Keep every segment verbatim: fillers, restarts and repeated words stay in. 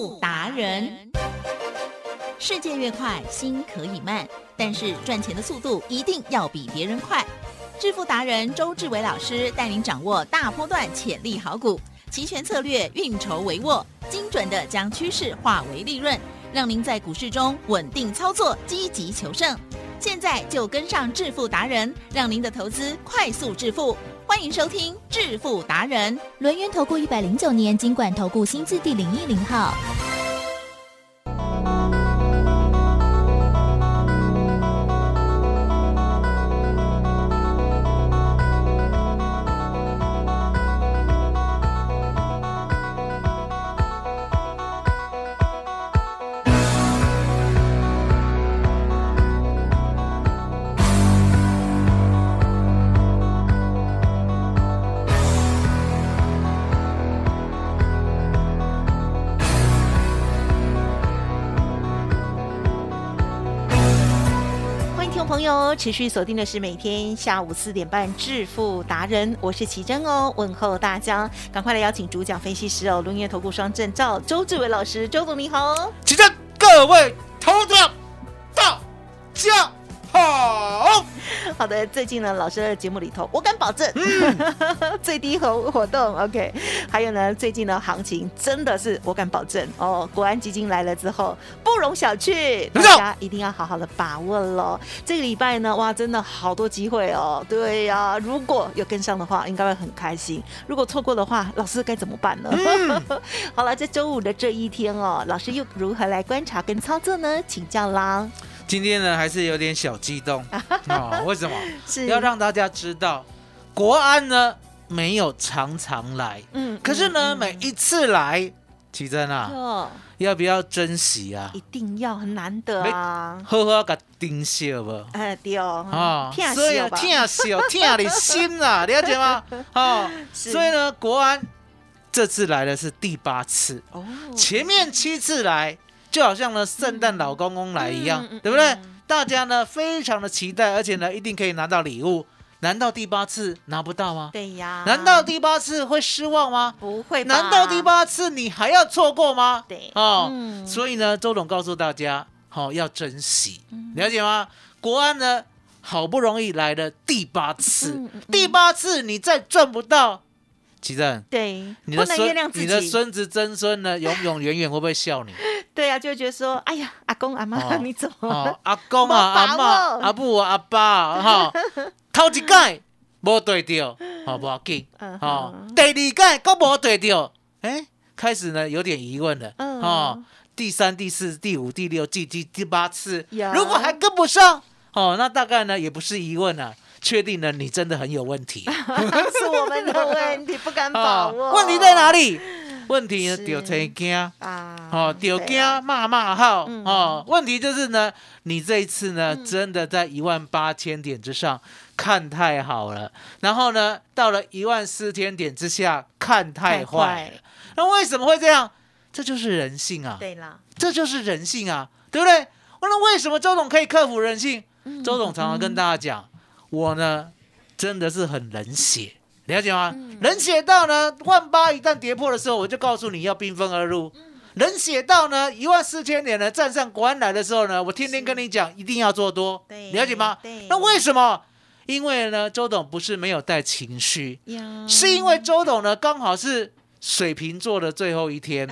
富达人。世界越快，心可以慢，但是赚钱的速度一定要比别人快。致富达人周志伟老师带您掌握大波段潜力好股，期权策略运筹帷幄，精准的将趋势化为利润，让您在股市中稳定操作，积极求胜。现在就跟上致富达人，让您的投资快速致富。欢迎收听致富达人。 轮源投顾一百零九年金管投顾新字第零一零号。 朋友持续锁定的是每天下午四点半致富达人，我是奇珍哦，问候大家，赶快来邀请主讲分析师哦，轮源投顾双证照周志伟老师，周总你好哦。 奇珍，各位投资者大家好。 好的，最近呢，老师的节目里头，我敢保证，嗯、最低活活动 ，OK。还有呢，最近的行情真的是我敢保证哦，国安基金来了之后，不容小觑，大家一定要好好的把握咯。这个礼拜呢，哇，真的好多机会哦。对呀、啊，如果有跟上的话，应该会很开心；如果错过的话，老师该怎么办呢？嗯、好了，在周五的这一天哦，老师又如何来观察跟操作呢？请教啦。 今天呢，还是有点小激动哦。为什么？ 是要让大家知道，国安呢没有常常来，嗯，可是呢，嗯、每一次来，奇珍啊，哦、要不要珍惜啊？ 一定要，很难得啊！ 好好给珍惜不？ 哎，对哦， 啊，所以疼惜哦，疼你心啊，了解吗？哦，所以呢，国安这次来的是第八次，哦，前面七次来。就好像呢，圣诞老公公来一样，嗯、对不对？嗯、大家呢非常的期待，而且呢一定可以拿到礼物。难道第八次拿不到吗？ 对呀。 难道第八次会失望吗？ 不会吧。 难道第八次你还要错过吗？ 对。 哦，嗯、所以呢，周董告诉大家，好、哦、要珍惜，了解吗？国安呢好不容易来了第八次，嗯嗯、第八次你再赚不到。奇珍， 对， 你的孙，你的孙子曾孙呢，永永远远会不会笑你？ 对啊，就觉得说，哎呀，阿公阿妈，哦、你怎么了？ 哦、阿公啊，阿嬷、阿母、阿爸，哈、哦，头一届没对到，好不好？紧，哦，第二届都没对到，哎，开始呢有点疑问了，嗯、哦，第三、第四、第五、第六、第七、第八次，如果还跟不上，哦，那大概呢也不是疑问了。确定了，你真的很有问题， 是我们的问题，不敢把握。 哦、问题在哪里？问题呢，丢车惊啊，哦，丢惊骂骂号、嗯、哦。问题就是呢，你这一次呢，嗯、真的在一万八千点之上看太好了，然后呢，到了一万四千点之下看太坏了。那为什么会这样？这就是人性啊！ 对啦， 这就是人性啊，对不对？那为什么周董可以克服人性？嗯、周董常常跟大家讲。嗯我呢，真的是很冷血，了解吗？嗯、冷血到呢，万八一旦跌破的时候，我就告诉你要兵分二路。嗯、冷血到呢，一万四千点呢站上国安来的时候呢，我天天跟你讲一定要做多，了解吗？那为什么？因为呢，周董不是没有带情绪，是因为周董呢刚好是水瓶座的最后一天。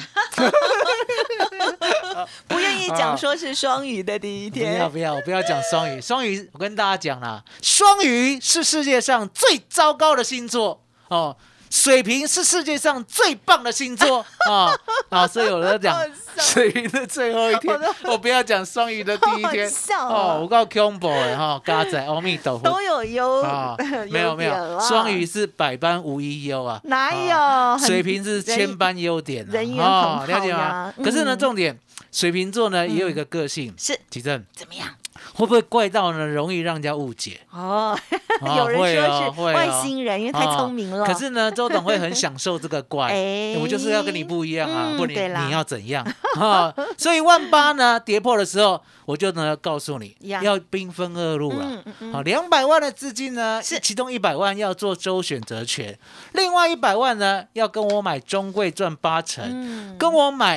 不愿意讲说是双鱼的第一天， 不要不要不要讲双鱼，双鱼我跟大家讲啦，双鱼是世界上最糟糕的星座哦，水瓶是世界上最棒的星座啊啊，所以我在讲水瓶的最后一天，我不要讲双鱼的第一天哦，我告恐怖的哈，嘎仔阿弥陀佛都有优啊， 没有没有，双鱼是百般无一优啊， 哪有？ 水瓶是千般优点， 人缘很好， 了解吗？可是呢，重点。水瓶座呢、嗯、也有一个个性， 是奇珍怎么样？ 会不会怪到呢？容易让人家误解哦。有人说是外星人，哦、因为太聪明了、哦。 可是呢，周董会很享受这个怪，欸、我就是要跟你不一样啊，嗯、不你你要怎样啊？所以万八呢跌破的时候，我就呢告诉你要兵分二路了。好，两百万的资金呢，其中一百万要做周选择权，另外一百万呢要跟我买中贵赚八成，嗯、跟我买。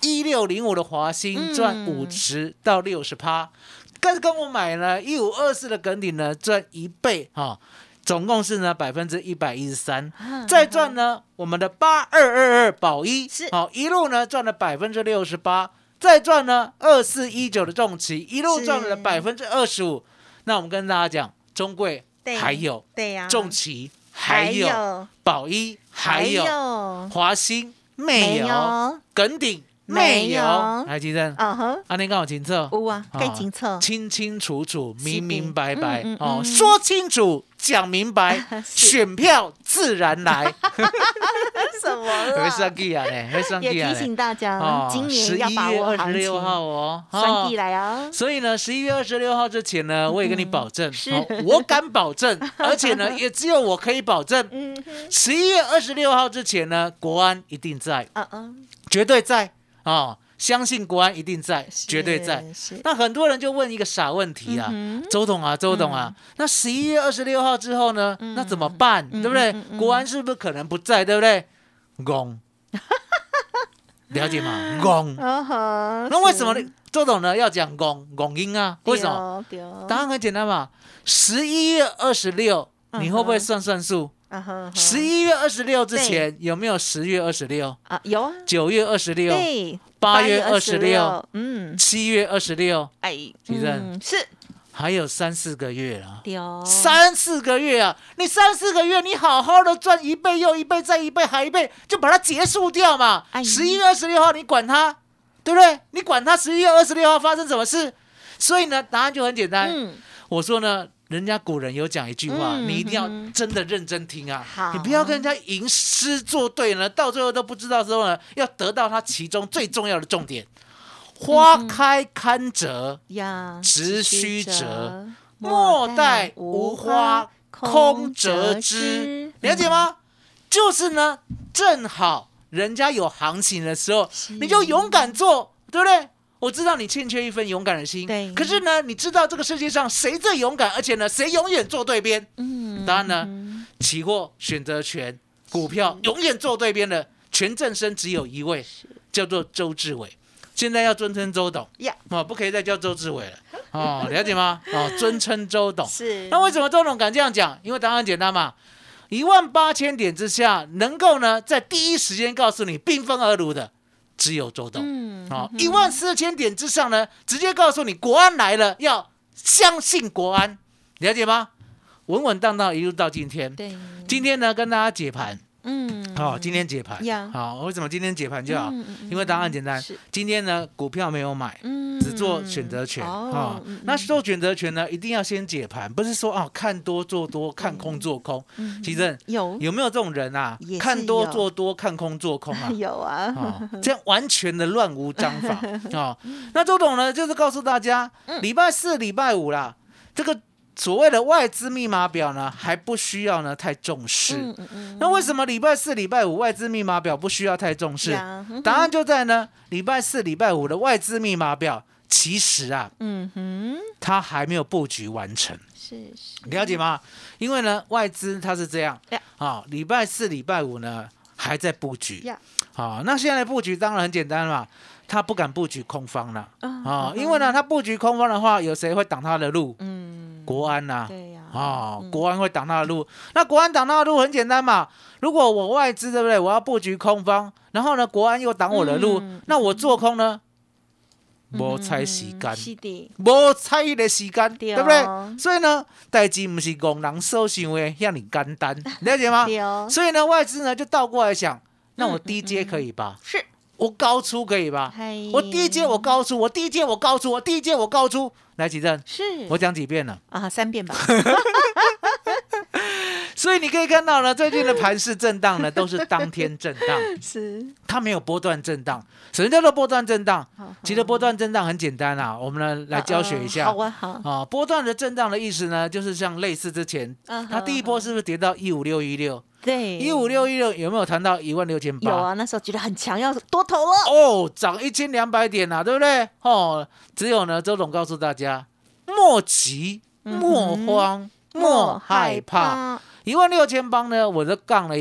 一六零五的华兴赚五十到六十趴，跟跟我买了一五二四的耿鼎呢赚一倍哈、哦，总共是呢百分之一百一十三，再赚呢我们的八二二二宝一是好、哦、一路呢赚了百分之六十八，再赚呢二四一九的重骑一路赚了百分之二十五。那我们跟大家讲，中贵还有对呀， 重骑还有宝一还有华兴没有，耿鼎没有，来吉正， 嗯哼， 啊，你刚好清楚， 有啊，该清楚， 清清楚楚，明明白白，哦，说清楚，讲明白，选票自然来。 什么了？ 会算计啊嘞，会算计啊嘞。 也提醒大家，今年要把握行情。十一月二十六号哦，算计来啊！ 所以呢，十一月二十六号之前呢，我也跟你保证，我敢保证，而且呢，也只有我可以保证，十一月二十六号之前呢，国安一定在，嗯嗯，绝对在啊！相信国安一定在，绝对在。那很多人就问一个傻问题啊，嗯、周董啊，周董啊，嗯、那十一月二十六号之后呢，嗯、那怎么办？嗯、对不对？嗯嗯、国安是不是可能不在？对不对？拱，了解吗？拱。那为什么周董呢要讲拱拱音啊？为什么？答案很简单嘛，十一月二十六，你会不会算算数？十一月二十六之前有没有十月二十六啊？有啊。 九月二十六，八月二十六，嗯，七月二十六，哎，其实是还有三四个月了， 哦、 三四个月啊！你三四个月，你好好的赚一倍又一倍再一倍还一倍，就把它结束掉嘛。十一、哎、月二十六号你管它，对不对？你管它十一月二十六号发生什么事？所以呢，答案就很简单。嗯、我说呢。人家古人有讲一句话，嗯、你一定要真的认真听啊！你不要跟人家吟诗作对呢，到最后都不知道之后呢，要得到它其中最重要的重点。花开堪折，嗯、直须折，莫待无花空折枝。了解吗？就是呢，正好人家有行情的时候，你就勇敢做，对不对？我知道你欠缺一份勇敢的心，对。可是呢，你知道这个世界上谁最勇敢，而且呢，谁永远坐对边？嗯，当然呢，嗯、期货选择权股票永远坐对边的全正生只有一位，叫做周志伟。现在要尊称周董，呀、yeah. 哦，不可以再叫周志伟了，哦，了解吗？哦，尊称周董。是。那为什么周董敢这样讲？因为答案很简单嘛，一万八千点之下，能够呢在第一时间告诉你缤纷而如的。只有周董，嗯，好、哦，一万四千点之上呢，直接告诉你国安来了，要相信国安，了解吗？稳稳当当一路到今天，对，今天呢跟大家解盘，嗯，好、哦，今天解盘，好、哦，为什么今天解盘就好？嗯、因为答案很简单，今天呢股票没有买，嗯、只做选择权，哦，哦嗯、那做选择权呢一定要先解盘，不是说哦看多做多，看空做空。嗯、其实有有没有这种人啊？看多做多，看空做空啊？ 有啊， 哦、这样完全的乱无章法哦。那周董呢就是告诉大家，礼拜四、礼拜五啦，这个。所谓的外资密码表呢，还不需要呢太重视。嗯嗯嗯、那为什么礼拜四、礼拜五外资密码表不需要太重视？嗯、答案就在呢，礼拜四、礼拜五的外资密码表，其实啊，嗯哼，它还没有布局完成。是是，了解吗？因为呢，外资它是这样，啊，礼拜四、礼拜五呢还在布局。好，那现在的布局当然很简单嘛。他不敢布局空方了啊、哦，因为呢，他布局空方的话，有谁会挡他的路？嗯，国安呐、啊，对呀、啊，哦，嗯、国安会挡他的路。那国安挡他的路很简单嘛，如果我外资对不对？我要布局空方，然后呢，国安又挡我的路，嗯、那我做空呢？无猜时间，是的，无猜的时间，对不对？所以呢，代志不是工人所想的遐尼简单，了解吗？对哦。所以呢，外资呢就倒过来想，那我低阶可以吧？是。我高出可以吧？我低阶我高出，我低阶我高出，我低阶我高出。来几阵？是我讲几遍了？ 啊，三遍吧。 所以你可以看到呢，最近的盘势震荡呢，都是当天震荡，是它没有波段震荡。什么叫做波段震荡？其实波段震荡很简单啊，我们呢来教学一下。 好啊，好啊。波段的震荡的意思呢，就是像类似之前，它第一波是不是跌到一五六一六？对，一五六一六有没有谈到一万六千八？ 有啊，那时候觉得很强，要多头了。 哦，涨一千两百点啊，对不对？哦，只有呢，周董告诉大家，莫急，莫慌，嗯、莫害怕。一万六千八呢，我就杠了一个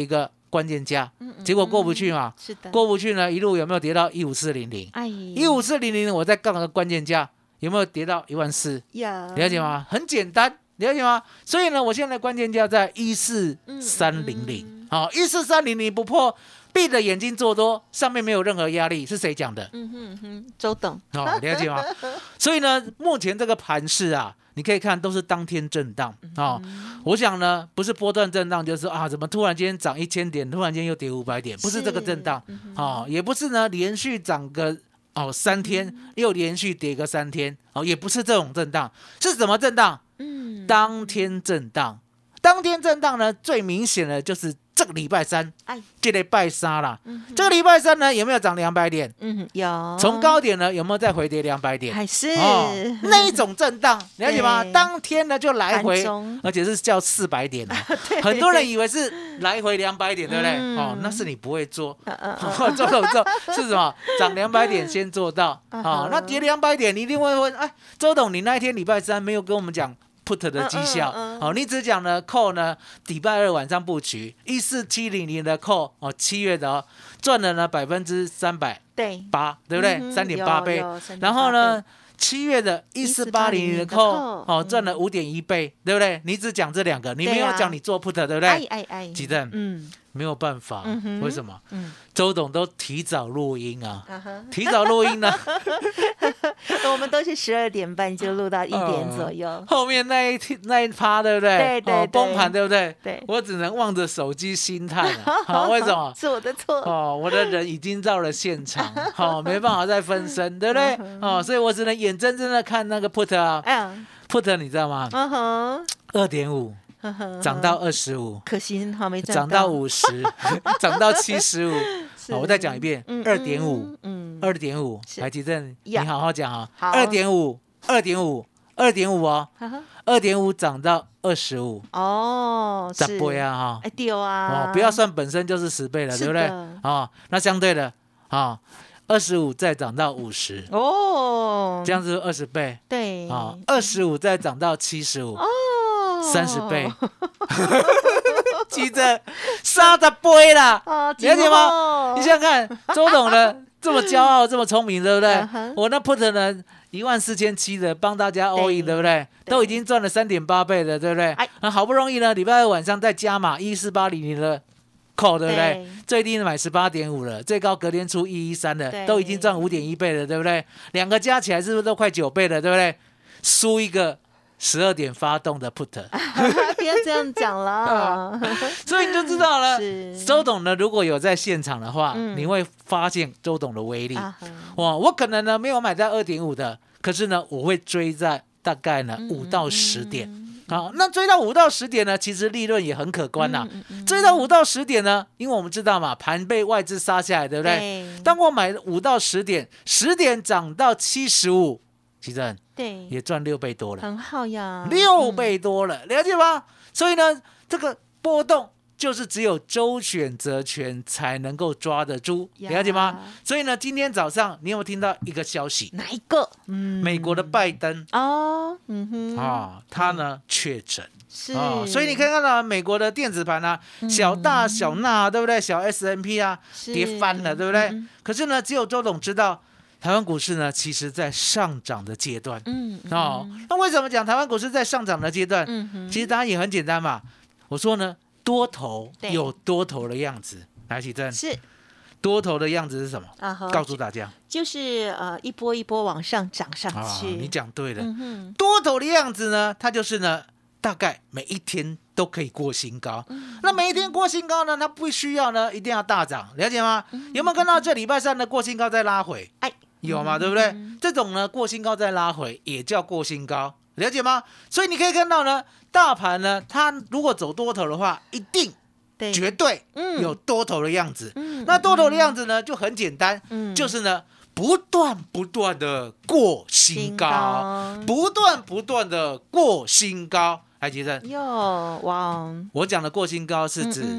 关键价，结果过不去嘛， 是的， 过不去呢，一路有没有跌到一五四零零？ 哎， 一五四零零，我再杠个关键价，有没有跌到一万四？ 呀， 了解吗？很简单，了解吗？所以呢，我现在关键价在一四三零零，好，一四三零零不破，闭着眼睛做多，上面没有任何压力，是谁讲的？ 嗯哼哼，周董， 哦，了解吗？所以呢，目前这个盘势啊，你可以看都是当天震荡哦。我想呢，不是波段震荡，就是啊，怎么突然间涨一千点，突然间又跌五百点，不是这个震荡哦，也不是呢连续涨个哦三天，又连续跌个三天哦，也不是这种震荡，是什么震荡？ 嗯， 当天震荡，当天震荡呢，最明显的就是这个礼拜三， 哎， 这礼拜三啦，这个礼拜三呢有没有涨两百点？ 嗯，有， 从高点呢有没有再回跌两百点？ 还是、 哦、那一种震荡，了解吗？ 对当天呢就来回盘中， 而且是叫四百点、哦、很多人以为是来回两百点，对不对？ 嗯、 哦，那是你不会做， 嗯嗯哦、做做做是什么？涨两百点先做到，哦，那跌两百点，你一定会问，哎，周董，你那一天礼拜三没有跟我们讲put 的绩效，嗯嗯嗯哦，你只讲呢 call 呢，礼拜二晚上布局一四七零零的 call 哦，七月的哦，赚了呢百分之三百八，对不对？三点八倍，然后呢，七月的一四八零零的 call 哦，赚了五点一倍，对不对？你只讲这两个，你没有讲你做 put， 对不对？ 哎哎哎， 吉正，嗯，没有办法，嗯、为什么？嗯，周董都提早录音啊，uh-huh. 提早录音呢。 我们都是十二点半就录到一点左右， 嗯、后面那一那一趴对不对？ 对对哦、崩盘对不对？ 对， 我只能望着手机心叹了。好，为什么？ 是我的错。 哦，我的人已经到了现场，好、哦，没办法再分身，对不对？哦，所以我只能眼睁睁的看那个 put 啊、嗯、，put 你知道吗？嗯哼，二点五。涨到二十五， 可惜好没涨到五十，涨到七十五。我再讲一遍，二点五，二点五。台积电，你好好讲啊，二点五，二点五，二点五哦，二点五涨到二十五。 哦， 十倍啊哈， 哎对啊， 哦，不要算本身就是十倍了，对不对？啊，那相对的啊，二十五再涨到五十，哦，这样子二十倍， 对， 啊，二十五再涨到七十五，哦。三十倍，记着三十倍啦，了解吗？你想想看，周董呢这么骄傲，这么聪明，对不对？我那 put 呢一万四千七的帮大家 all in， 对不对？都已经赚了三点八倍的，对不对？那好不容易呢，礼拜二晚上再加码一四八零零的 call， 对不对？最低买十八点五了，最高隔天出一一三的，都已经赚五点一倍了，对不对？两个加起来是不是都快九倍了，对不对？输一个。十二点发动的 put， 不要这样讲了， 所以你就知道了。周董呢，如果有在现场的话，嗯、你会发现周董的威力。啊、哇，我可能呢没有买在二点五的，可是呢，我会追在大概呢五到十点。好、嗯嗯，那追到五到十点呢，其实利润也很可观啦、啊嗯嗯。追到五到十点呢，因为我们知道嘛，盘被外资杀下来，对不对？对，当我买五到十点，十点涨到七十五。其实对， 也赚六倍多了， 很好呀， 六倍多了，嗯、了解吗？所以呢，这个波动就是只有周选择权才能够抓得住，了解吗？所以呢，今天早上你有没有听到一个消息？ 哪一个？嗯， 美国的拜登哦，嗯哼，啊，他呢确诊。是、哦，所以你可以看到美国的电子盘啊，嗯、小大小纳，对不对？小 S and P 啊，跌翻了，对不对？嗯、可是呢，只有周董知道。台湾股市呢，其实在上涨的阶段。嗯，哦，那为什么讲台湾股市在上涨的阶段？嗯，其实答案也很简单嘛。我说呢，多头有多头的样子。来，启正是多头的样子是什么？啊、告诉大家， 就是呃一波一波往上涨上去。 哦、你讲对了、嗯。多头的样子呢，它就是呢，大概每一天都可以过新高。嗯、那每一天过新高呢，它不需要呢一定要大涨，了解吗？嗯、有没有看到这礼拜三的过新高再拉回？哎。有嘛，对不对？嗯、这种呢，过新高再拉回也叫过新高，了解吗？所以你可以看到呢，大盘呢，它如果走多头的话，一定绝对有多头的样子。嗯、那多头的样子呢，就很简单，嗯、就是呢，不断不断的过新高，新高不断不断的过新高。来，杰森， 哟，哇！ 我讲的过新高是指。嗯嗯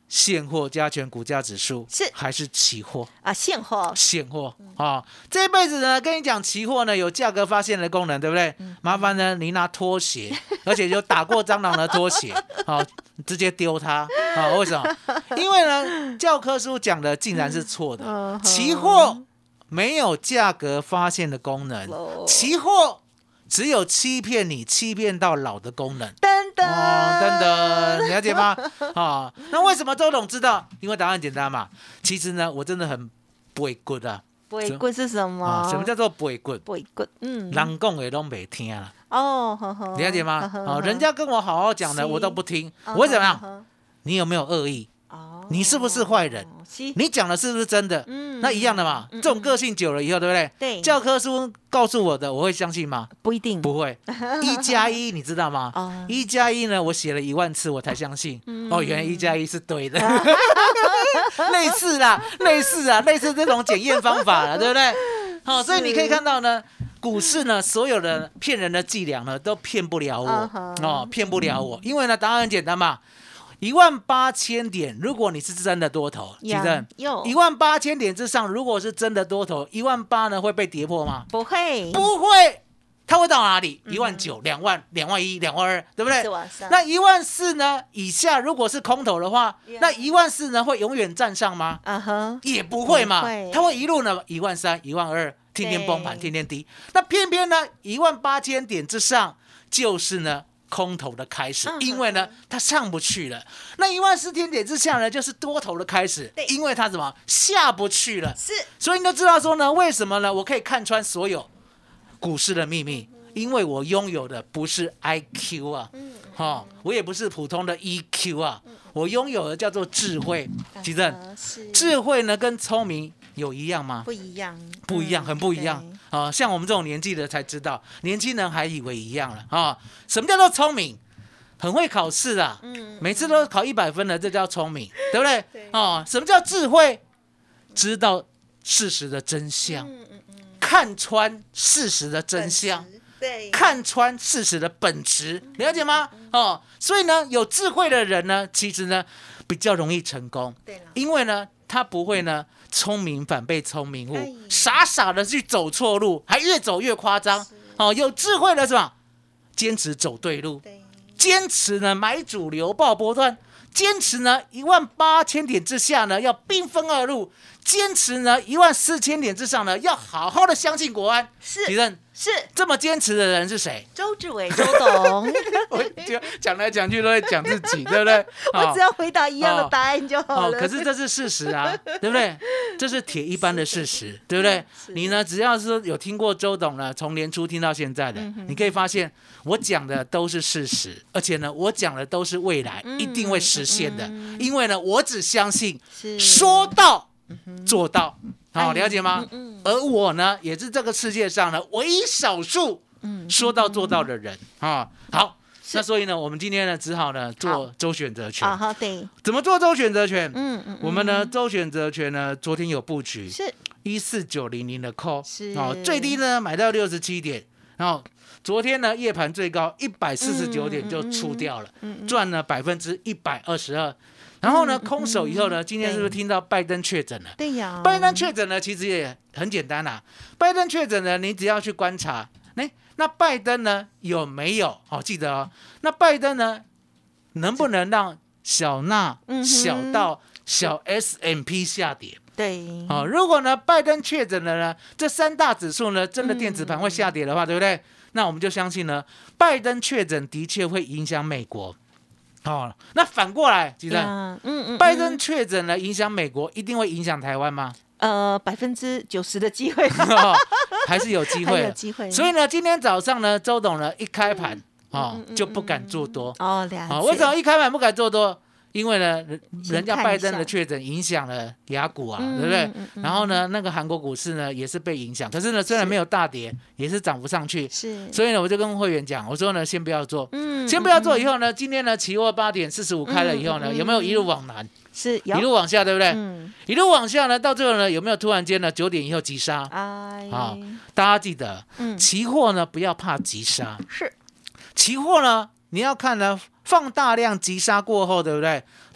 现货加权股价指数是还是期货啊，现货现货啊、哦，这一辈子呢，跟你讲期货呢有价格发现的功能，对不对？ 嗯、 麻烦呢，你拿拖鞋，而且有打过蟑螂的拖鞋，好、哦，直接丢它啊、哦？为什么？因为呢，教科书讲的竟然是错的， 嗯、 期货没有价格发现的功能， 哦、 期货只有欺骗你、欺骗到老的功能。 等等， 哦，等等，了解吗？啊、哦，那为什么周董知道？因为答案简单嘛。其实呢，我真的很不会滚啊。 不会滚是什么、 哦？什么叫做不会滚？ 不会滚，嗯， 人讲的都没听了。 哦，呵呵了解吗？哦，人家跟我好好讲的，我都不听，我会怎么样？你有没有恶意？哦，你是不是坏人？你讲的是不是真的？嗯，那一样的嘛。嗯、这种个性久了以后，对不对？ 对。 教科书告诉我的，我会相信吗？ 不一定， 不会。一加一，你知道吗？哦、一加一呢，我写了一万次，我才相信。嗯、哦，原来一加一是对的。类似啦，类似啊，类似这种检验方法了，对不对？好、哦，所以你可以看到呢，股市呢，所有的骗人的伎俩呢，都骗不了我、uh huh. 哦，骗不了我，因为呢，答案很简单嘛。一万八千点，如果你是真的多头，其实一万八千点之上，如果是真的多头，一万八呢会被跌破吗？ 不会， 不会，它会到哪里？一万九、两万、两万一、两万二，对不对？那一万四呢？以下如果是空头的话， yeah. 那一万四呢会永远站上吗？嗯哼、uh， huh. 也不会嘛，会它会一路呢一万三、一万二，天天崩盘，天天低。那偏偏呢一万八千点之上就是呢。空头的开始，因为呢，它上不去了。那一万四千点之下呢，就是多头的开始，因为它什么下不去了。 是， 所以你就知道说呢，为什么呢？我可以看穿所有股市的秘密，因为我拥有的不是 I Q 啊，哈、哦，我也不是普通的 E Q 啊，我拥有的叫做智慧。其实，智慧呢跟聪明有一样吗？ 不一样， 不一样，很不一样。啊，像我们这种年纪的才知道，年轻人还以为一样了啊。什么叫做聪明？很会考试啊，嗯，每次都考一百分的，这叫聪明，对不对？对啊，什么叫智慧？知道事实的真相，嗯嗯嗯，看穿事实的真相，对，看穿事实的本质，了解吗？哦，所以呢，有智慧的人呢，其实呢比较容易成功，对，因为呢，他不会呢。聪明反被聪明误，哎、傻傻的去走错路，还越走越夸张。哦，有智慧的是吧？坚持走对路，对坚持呢买主流爆波段，坚持呢一万八千点之下呢要兵分二路，坚持呢一万四千点之上呢要好好的相信国安。 是， 主任是这么坚持的人是谁？ 周志伟，周董。 我就讲来讲去都在讲自己，对不对？ 我只要回答一样的答案就好了。 哦哦、可是这是事实啊，对不对？这是铁一般的事实，对不对？你呢，只要是有听过周董呢，从年初听到现在的，嗯、你可以发现我讲的都是事实，而且呢，我讲的都是未来、嗯、一定会实现的，嗯、因为呢，我只相信说到做到。好、哦，了解吗？嗯嗯、而我呢，也是这个世界上呢唯一少数说到做到的人啊、嗯。好，那所以呢，我们今天呢，只好呢做周选择权。 好，对。 怎么做周选择权？嗯嗯。我们呢，周选择权呢，昨天有布局，是一四九零零的 call， 是哦，最低呢买到六十七点，然后昨天呢夜盘最高一百四十九点就出掉了，嗯嗯嗯、赚了百分之一百二十二。然后呢，空手以后呢，今天是不是听到拜登确诊了？ 对呀， 拜登确诊呢，其实也很简单啦、啊。拜登确诊呢，你只要去观察，哎，那拜登呢有没有？哦，记得哦，那拜登呢能不能让小纳、嗯、小道、小 S M P 下跌？ 对， 哦，如果呢拜登确诊了呢，这三大指数呢真的电子盘会下跌的话，嗯、对不对？那我们就相信呢，拜登确诊的确会影响美国。哦，那反过来，其实，嗯嗯，拜登确诊了，影响美国，一定会影响台湾吗？ 呃，百分之九十的机会、 哦，还是有机会， 还有机会。 所以呢，今天早上呢，周董呢一开盘，哦，嗯嗯嗯、就不敢做多。 哦，了解。 哦，为什么一开盘不敢做多？因为呢，人家拜登的确诊影响了亚股啊，对不对？嗯嗯嗯、然后呢，那个韩国股市呢也是被影响，可是呢，虽然没有大跌，也是涨不上去。是，所以呢，我就跟会员讲，我说呢，先不要做，嗯、先不要做。以后呢，今天呢，期货八点四十五开了以后呢，嗯嗯、有没有一路往南？ 是，一路往下，对不对？嗯、一路往下呢，到最后呢，有没有突然间呢，九点以后急杀？哎，好、哦，大家记得，嗯、期货呢不要怕急杀，是，期货呢你要看呢。放大量急杀过后，对不对？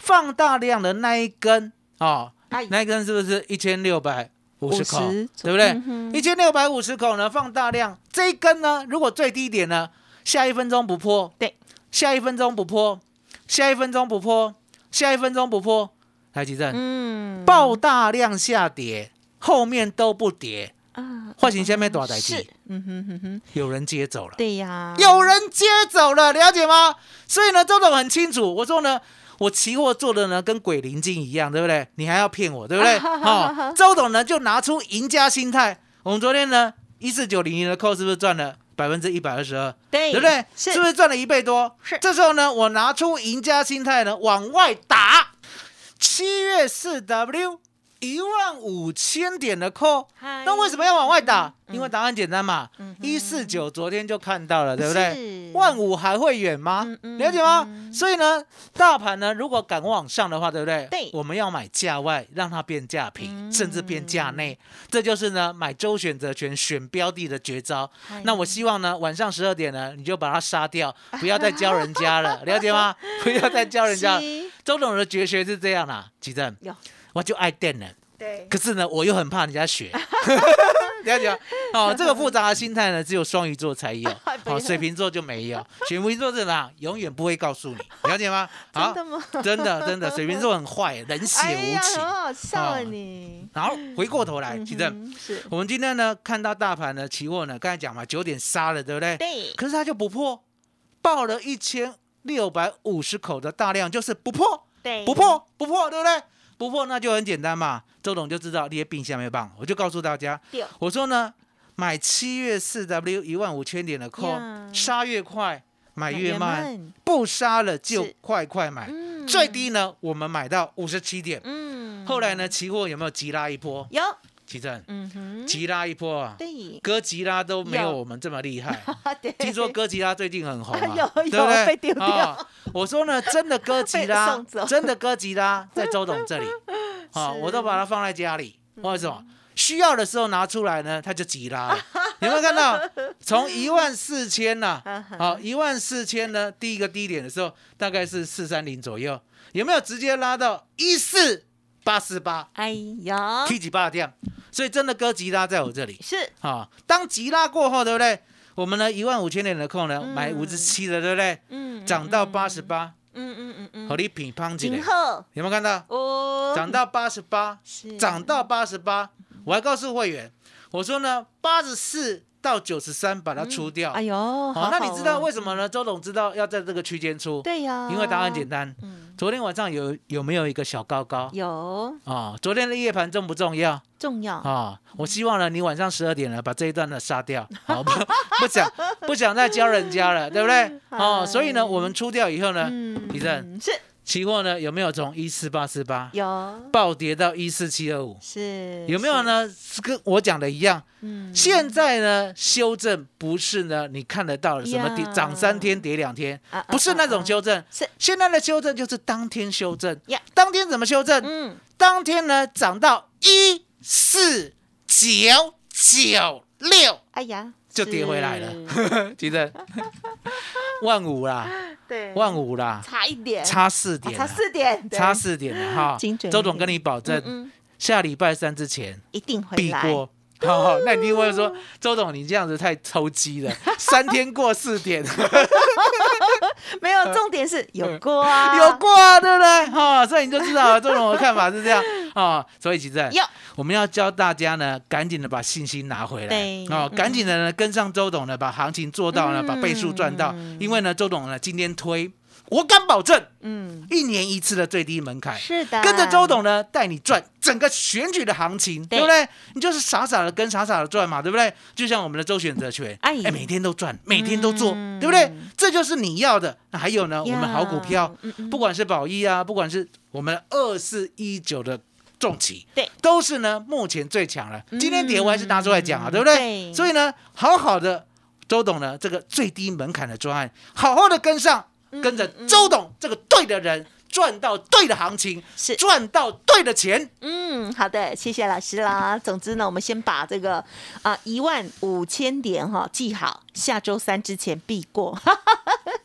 放大量的那一根哦， 哎那一根是不是一千六百五十口？ 五十对不对嗯？ 一千六百五十口呢，放大量这一根呢，如果最低点呢，下一分钟不破， 对， 下一分钟不破，下一分钟不破，下一分钟不破，台积电嗯爆大量下跌，后面都不跌， 啊， 唤醒下面多少台是积？， 嗯哼哼哼， 有人接走了。 对呀， 有人接走了，了解吗？所以呢，周董很清楚，我说呢，我期货做的呢跟鬼灵精一样，对不对？你还要骗我，对不对？哦，周董呢就拿出赢家心态。我们昨天呢一四九零零的扣是不是赚了百分之一百二十二？ 对， 对不对？ 是是不是赚了一倍多？ 是这时候呢，我拿出赢家心态呢往外打，七月四 W。一万五千点的扣，那为什么要往外打？因为答案简单嘛，一四九昨天就看到了，对不对？万五还会远吗？了解吗？所以呢，大盘呢如果敢往上的话，对不对？ 对， 我们要买价外，让它变价平，甚至变价内，这就是呢买周选择权选标的的绝招。那我希望呢晚上十二点呢，你就把它杀掉，不要再教人家了，了解吗？不要再教人家。周董的绝学是这样啦，吉正。我就爱电人， 对， 可是呢，我又很怕人家学，了解吗？哦，这个复杂的心态呢，只有双鱼座才有，哦，水瓶座就没有。水瓶座是哪？永远不会告诉你，了解吗？好， 真的吗？ 真的真的，水瓶座很坏，冷血无情， 很好笑啊你。 然后回过头来，其实我们今天呢看到大盘呢期货呢，刚才讲嘛，九点杀了，对不对？ 对。 可是它就不破，爆了一千六百五十口的大量，就是不破， 对， 不破不破，对不对？不破那就很简单嘛，周董就知道你的病下面棒，我就告诉大家，我说呢，买七月四 W 一万五千点的 call， 杀越快买越慢，不杀了就快快买，嗯、最低呢我们买到五十七点，嗯，后来呢期货有没有急拉一波？ 有。 奇正，嗯哼，急拉一波啊， 对， 哥吉拉都没有我们这么厉害。听说哥吉拉最近很红啊， 有有对不对？ 被丢掉、 哦。我说呢，真的哥吉拉，真的哥吉拉在周董这里，啊、哦，我都把它放在家里。为什么？需要的时候拿出来呢，它就急拉了。有没有看到？从一万四千呐，好，一万四千呢，第一个低点的时候大概是四三零左右，有没有直接拉到一四八四八？ 哎呀， 踢几巴这样。所以真的哥吉拉在我这里是啊，当急拉过后，对不对？我们呢一万五千点的空呢，嗯、买五十七的，对不对？嗯，涨到八十八，嗯嗯嗯嗯，和你平胖起来，有没有看到？哦，涨到八十八，涨到八十八，我还告诉会员，我说呢，八十四到九十三把它出掉。 嗯、哎呦，好好，那你知道为什么呢？周董知道要在这个区间出， 对呀， 因为答案简单。嗯昨天晚上有有没有一个小高高？ 有啊、哦。昨天的夜盘重不重要？ 重要啊、 哦！我希望呢，你晚上十二点了把这一段呢杀掉，好不不想不想再教人家了，对不对？哦，所以呢，我们出掉以后呢，李正是期货呢有没有从一四八四八有暴跌到一四七二五？ 是有没有呢？跟我讲的一样。嗯，现在呢修正不是呢你看得到的什么跌涨三天跌两天，不是那种修正，是现在的修正就是当天修正。当天怎么修正？嗯，当天呢涨到一四九九六，哎呀，就跌回来了。记得万五啦，对，万五啦， 差一点， 差四点， 差四点， 差四点了哈。周总跟你保证，下礼拜三之前一定会避过。好好，那你会说，周董你这样子太抽机了，三天过四点， 没有，重点是有过啊， 有过啊，对不对？哈、哦，所以你就知道周董的看法是这样啊、哦。所以其实我们要教大家呢，赶紧的把信心拿回来，哦，赶紧的呢跟上周董呢，把行情做到呢，嗯、把倍数赚到。因为呢，周董呢今天推。我敢保证，嗯，一年一次的最低门槛， 是的， 跟着周董呢，带你赚整个选举的行情， 对, 对不对？你就是傻傻的跟傻傻的赚嘛，对不对？就像我们的周选择权，哎，哎每天都赚，每天都做，嗯、对不对？这就是你要的。那还有呢，我们好股票，嗯、不管是宝一啊，不管是我们二四一九的重企，对，都是呢目前最强了。今天跌我还是拿出来讲啊，嗯、对不对？对所以呢，好好的周董呢，这个最低门槛的专案，好好的跟上。跟着周董这个对的人，赚到对的行情，是赚到对的钱。 嗯，好的，谢谢老师啦。总之呢，我们先把这个啊一万五千点哈记好，下周三之前必过。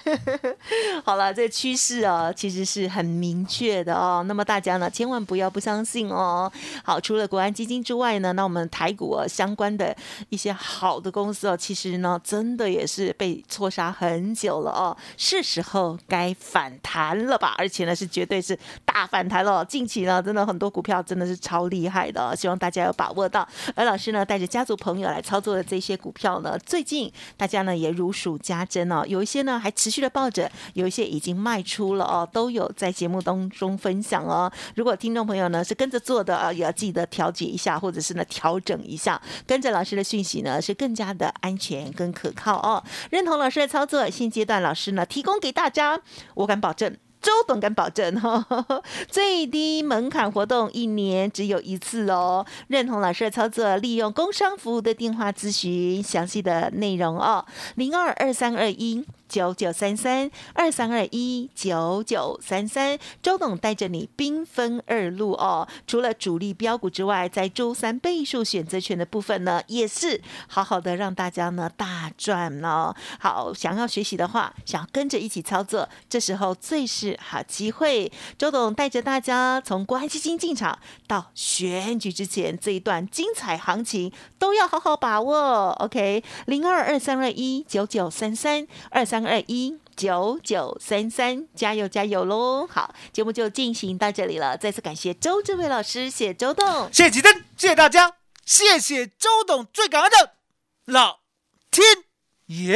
好了，这个趋势哦，其实是很明确的哦。那么大家呢，千万不要不相信哦。好，除了国安基金之外呢，那我们台股哦相关的一些好的公司哦，其实呢，真的也是被错杀很久了哦，是时候该反弹了吧？而且呢，是绝对是大反弹了。近期呢，真的很多股票真的是超厉害的哦，希望大家有把握到。而老师呢，带着家族朋友来操作的这些股票呢，最近大家呢也如数家珍哦，有一些呢还持续的抱着，有一些已经卖出了哦，都有在节目当中分享哦。如果听众朋友呢是跟着做的啊，也要记得调节一下，或者是呢调整一下，跟着老师的讯息呢是更加的安全跟可靠哦。认同老师的操作，现阶段老师呢提供给大家，我敢保证。周董敢保证呵呵呵，最低门槛活动一年只有一次哦。认同老师的操作，利用工商服务的电话咨询详细的内容哦，零二二三二一九九三三二三二一九九三三，周董带着你兵分二路哦。除了主力标股之外，在周三倍数选择权的部分呢，也是好好的让大家呢大赚哦。好，想要学习的话，想要跟着一起操作，这时候最是好机会。周董带着大家从国安基金进场到选举之前这一段精彩行情，都要好好把握。OK， 零二二三二一九九三三二三二一九九三三，加油加油喽！好，节目就进行到这里了，再次感谢周志伟老师，谢谢周董， 谢谢吉登，谢谢大家，谢谢周董，最感恩的老天爷。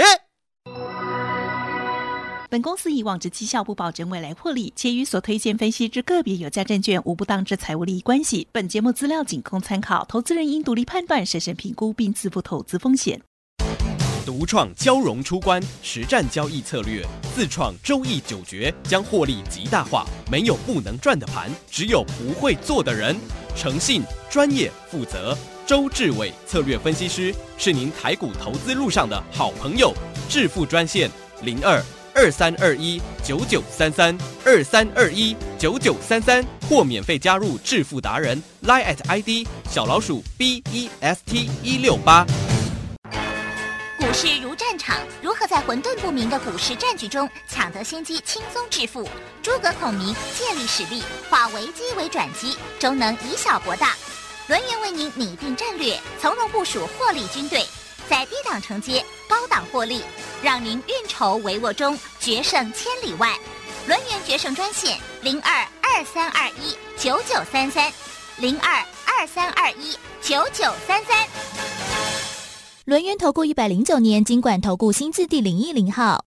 本公司以往之绩效不保证未来获利，且与所推荐分析之个别有价证券无不当之财务利益关系。本节目资料仅供参考，投资人应独立判断、审慎评估并自负投资风险。 独创交融出关实战交易策略，自创周易九诀，将获利极大化。没有不能赚的盘，只有不会做的人。诚信、专业、负责，周志伟策略分析师是您台股投资路上的好朋友。致富专线零二二三二一九九三三二三二一九九三三，或免费加入致富达人 Line at I D 小老鼠 B E S T 一六八。 股市如战场，如何在混沌不明的股市战局中抢得先机，轻松致富？诸葛孔明借力使力，化危机为转机，终能以小博大。轮源为您拟定战略，从容部署获利军队，在低档承接，高档获利，让您运筹帷幄中决胜千里外。轮源决胜专线零二二三二一九九三三零二二三二一九九三三。 轮源投顾一百零九年金管投顾新字第零一零号。